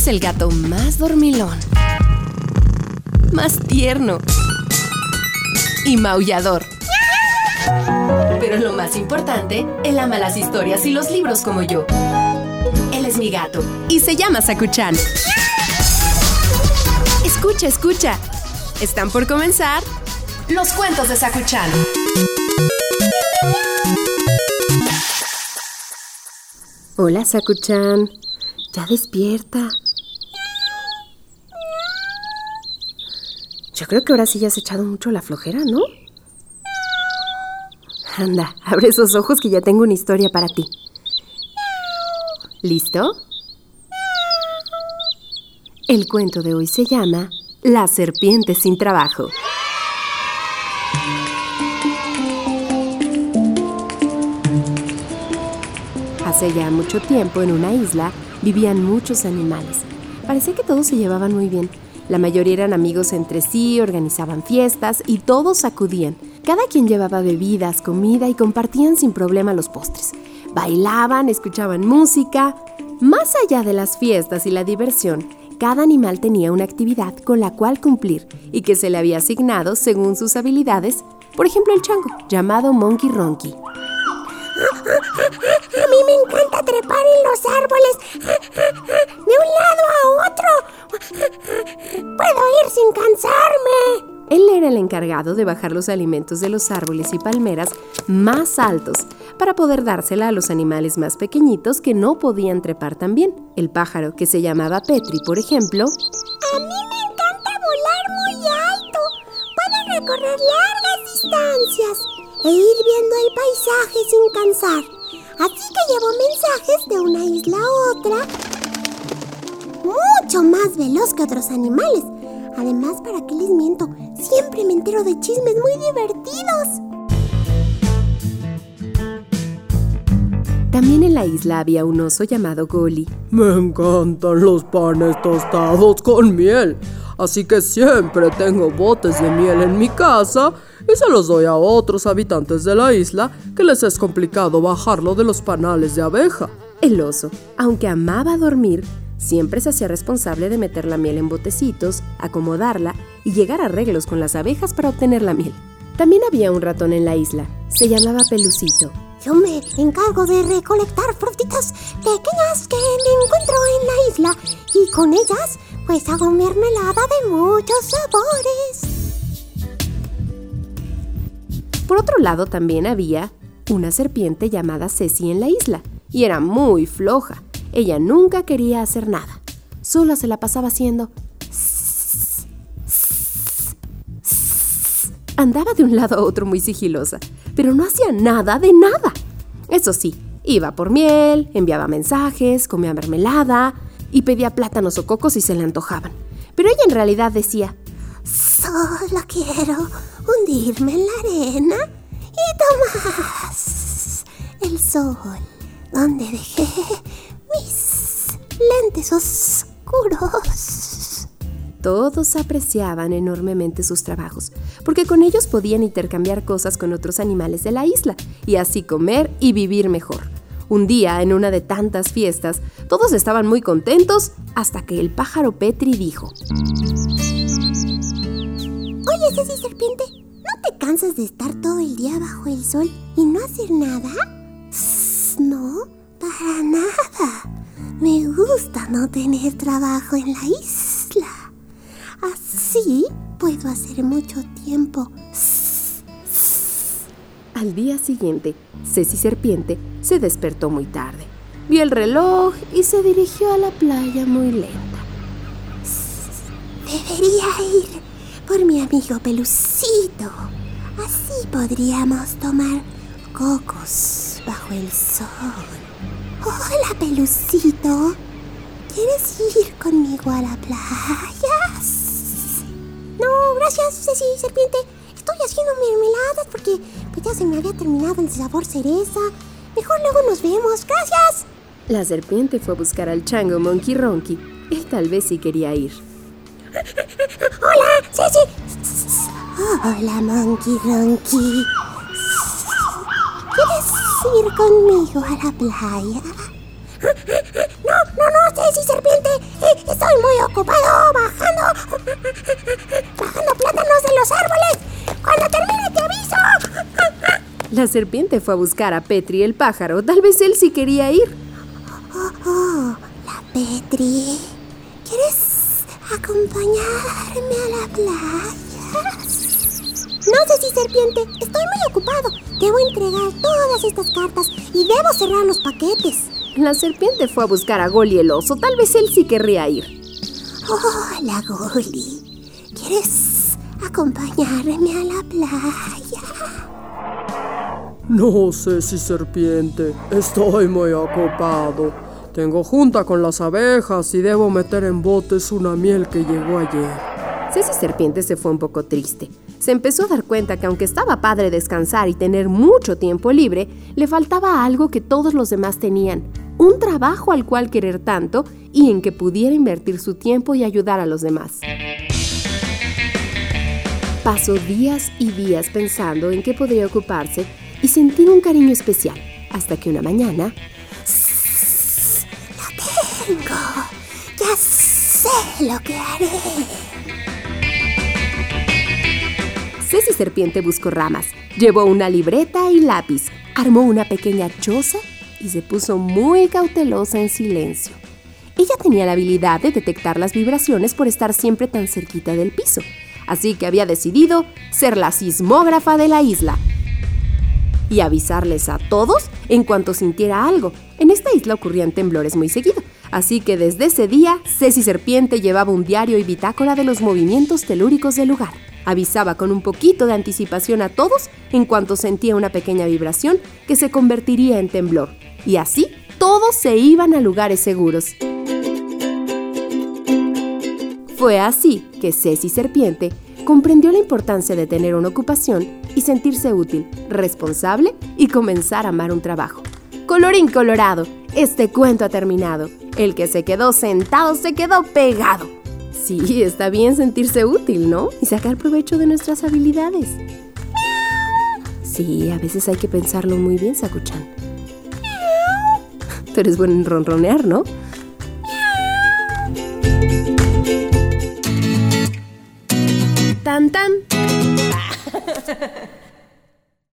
es el gato más dormilón, más tierno y maullador. Pero lo más importante, él ama las historias y los libros como yo. Él es mi gato y se llama Saku-chan. Escucha, escucha. Están por comenzar los cuentos de Saku-chan. Hola, Saku-chan. Ya despierta. Yo creo que ahora sí ya has echado mucho la flojera, ¿no? Anda, abre esos ojos que ya tengo una historia para ti. ¿Listo? El cuento de hoy se llama La serpiente sin trabajo. Hace ya mucho tiempo, en una isla, vivían muchos animales. Parecía que todos se llevaban muy bien. La mayoría eran amigos entre sí, organizaban fiestas y todos acudían. Cada quien llevaba bebidas, comida y compartían sin problema los postres. Bailaban, escuchaban música. Más allá de las fiestas y la diversión, cada animal tenía una actividad con la cual cumplir y que se le había asignado según sus habilidades. Por ejemplo, el chango, llamado Monkey Ronky. A mí me encanta trepar en los árboles, de un lado a otro. Puedo ir sin cansarme. Él era el encargado de bajar los alimentos de los árboles y palmeras más altos para poder dársela a los animales más pequeñitos que no podían trepar tan bien. El pájaro, que se llamaba Petri, por ejemplo. A mí me encanta volar muy alto. Puedo recorrer largas distancias e ir viendo el paisaje sin cansar. Así que llevo mensajes de una isla a otra mucho más veloz que otros animales. Además, ¿para qué les miento? Siempre me entero de chismes muy divertidos. También en la isla había un oso llamado Goli. Me encantan los panes tostados con miel, así que siempre tengo botes de miel en mi casa y se los doy a otros habitantes de la isla que les es complicado bajarlo de los panales de abeja. El oso, aunque amaba dormir, siempre se hacía responsable de meter la miel en botecitos, acomodarla y llegar a arreglos con las abejas para obtener la miel. También había un ratón en la isla. Se llamaba Pelucito. Yo me encargo de recolectar frutitas pequeñas que me encuentro en la isla y con ellas pues hago mermelada de muchos sabores. Por otro lado también había una serpiente llamada Ceci en la isla y era muy floja. Ella nunca quería hacer nada. Sola se la pasaba haciendo... Andaba de un lado a otro muy sigilosa, pero no hacía nada de nada. Eso sí, iba por miel, enviaba mensajes, comía mermelada y pedía plátanos o cocos si se le antojaban. Pero ella en realidad decía: solo quiero hundirme en la arena y tomar el sol donde dejé mis lentes oscuros. Todos apreciaban enormemente sus trabajos, porque con ellos podían intercambiar cosas con otros animales de la isla y así comer y vivir mejor. Un día, en una de tantas fiestas, todos estaban muy contentos hasta que el pájaro Petri dijo: Oye, Ceci Serpiente, ¿no te cansas de estar todo el día bajo el sol y no hacer nada? No, para nada. Me gusta no tener trabajo en la isla. Así puedo hacer mucho tiempo. Al día siguiente, Ceci Serpiente se despertó muy tarde. Vio el reloj y se dirigió a la playa muy lenta. Debería ir por mi amigo Pelucito. Así podríamos tomar cocos bajo el sol. Hola, Pelucito. ¿Quieres ir conmigo a la playa? No, gracias, Ceci Serpiente. Estoy haciendo mermeladas porque pues ya se me había terminado el sabor cereza. Mejor luego nos vemos. ¡Gracias! La serpiente fue a buscar al chango Monkey Ronky. Él tal vez sí quería ir. ¡Hola, Ceci! Hola, Monkey Ronky. ¿Quieres ir conmigo a la playa? No, Ceci Serpiente. Estoy muy ocupado bajando plátanos de los árboles. Cuando termine te aviso. La serpiente fue a buscar a Petri el pájaro. Tal vez él sí quería ir. La Petri. ¿Quieres acompañarme a la playa? No, Ceci Serpiente. Estoy muy ocupado. Debo entregar todas estas cartas y debo cerrar los paquetes. La serpiente fue a buscar a Goli el oso. Tal vez él sí querría ir. Hola, Goli. ¿Quieres acompañarme a la playa? No, Ceci Serpiente, estoy muy ocupado. Tengo junta con las abejas y debo meter en botes una miel que llegó ayer. Ceci Serpiente se fue un poco triste. Se empezó a dar cuenta que aunque estaba padre descansar y tener mucho tiempo libre, le faltaba algo que todos los demás tenían. Un trabajo al cual querer tanto y en que pudiera invertir su tiempo y ayudar a los demás. Pasó días y días pensando en qué podría ocuparse y sentir un cariño especial, hasta que una mañana... ¡Lo tengo! ¡Ya sé lo que haré! Ceci Serpiente buscó ramas, llevó una libreta y lápiz, armó una pequeña choza y se puso muy cautelosa en silencio. Ella tenía la habilidad de detectar las vibraciones por estar siempre tan cerquita del piso, así que había decidido ser la sismógrafa de la isla y avisarles a todos en cuanto sintiera algo. En esta isla ocurrían temblores muy seguido, así que desde ese día, Ceci Serpiente llevaba un diario y bitácora de los movimientos telúricos del lugar. Avisaba con un poquito de anticipación a todos en cuanto sentía una pequeña vibración que se convertiría en temblor. Y así, todos se iban a lugares seguros. Fue así que Ceci Serpiente comprendió la importancia de tener una ocupación y sentirse útil, responsable y comenzar a amar un trabajo. Colorín colorado, este cuento ha terminado. El que se quedó sentado se quedó pegado. Sí, está bien sentirse útil, ¿no? Y sacar provecho de nuestras habilidades. Sí, a veces hay que pensarlo muy bien, Sakuchan. Tú eres bueno en ronronear, ¿no? ¡Tan, tan!